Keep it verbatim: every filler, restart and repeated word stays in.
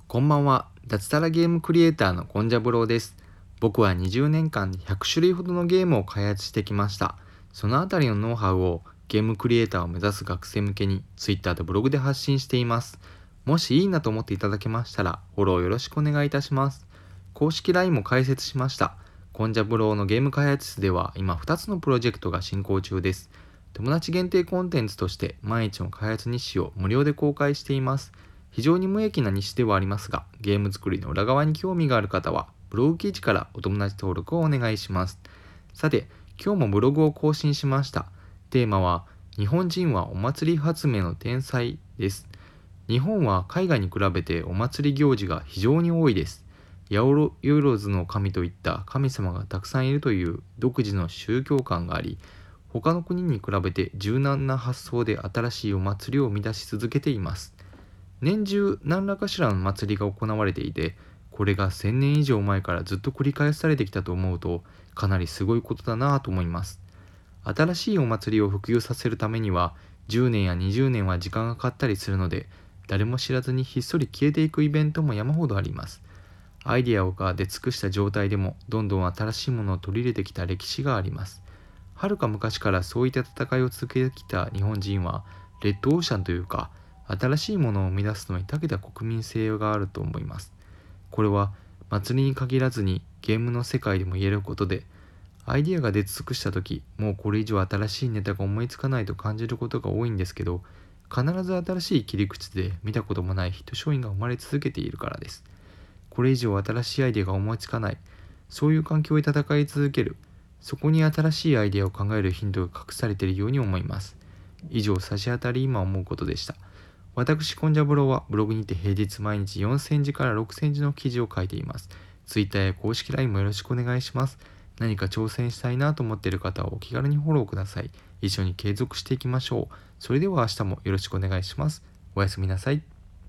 こんばんは。脱サラゲームクリエイターのコンジャブローです。僕はにじゅうねんかんでひゃくしゅるいほどのゲームを開発してきました。そのあたりのノウハウをゲームクリエイターを目指す学生向けに Twitter とブログで発信しています。もしいいなと思っていただけましたらフォローよろしくお願いいたします。公式 ライン も開設しました。コンジャブローのゲーム開発室では今ふたつのプロジェクトが進行中です。友達限定コンテンツとして毎日の開発日誌を無料で公開しています。非常に無益な日誌ではありますが、ゲーム作りの裏側に興味がある方は、ブログ記事からお友達登録をお願いします。さて、今日もブログを更新しました。テーマは、日本人はお祭り発明の天才です。日本は海外に比べてお祭り行事が非常に多いです。八百万の神といった神様がたくさんいるという独自の宗教観があり、他の国に比べて柔軟な発想で新しいお祭りを生み出し続けています。年中何らかしらの祭りが行われていて、これがせんねん以上前からずっと繰り返されてきたと思うと、かなりすごいことだなぁと思います。新しいお祭りを普及させるためには、じゅうねんやにじゅうねんは時間がかかったりするので、誰も知らずにひっそり消えていくイベントも山ほどあります。アイデアが出尽くした状態でも、どんどん新しいものを取り入れてきた歴史があります。はるか昔からそういった戦いを続けてきた日本人は、レッドオーシャンというか、新しいものを生み出すのに長けた国民性があると思います。これは祭りに限らずにゲームの世界でも言えることで、アイディアが出尽くした時、もうこれ以上新しいネタが思いつかないと感じることが多いんですけど、必ず新しい切り口で見たこともないヒット商品が生まれ続けているからです。これ以上新しいアイデアが思いつかない、そういう環境で戦い続ける、そこに新しいアイデアを考える頻度が隠されているように思います。以上、差し当たり今思うことでした。私、コンジャブロはブログにて平日毎日よんせんじからろくせんじの記事を書いています。Twitter や公式 ライン もよろしくお願いします。何か挑戦したいなと思っている方はお気軽にフォローください。一緒に継続していきましょう。それでは明日もよろしくお願いします。おやすみなさい。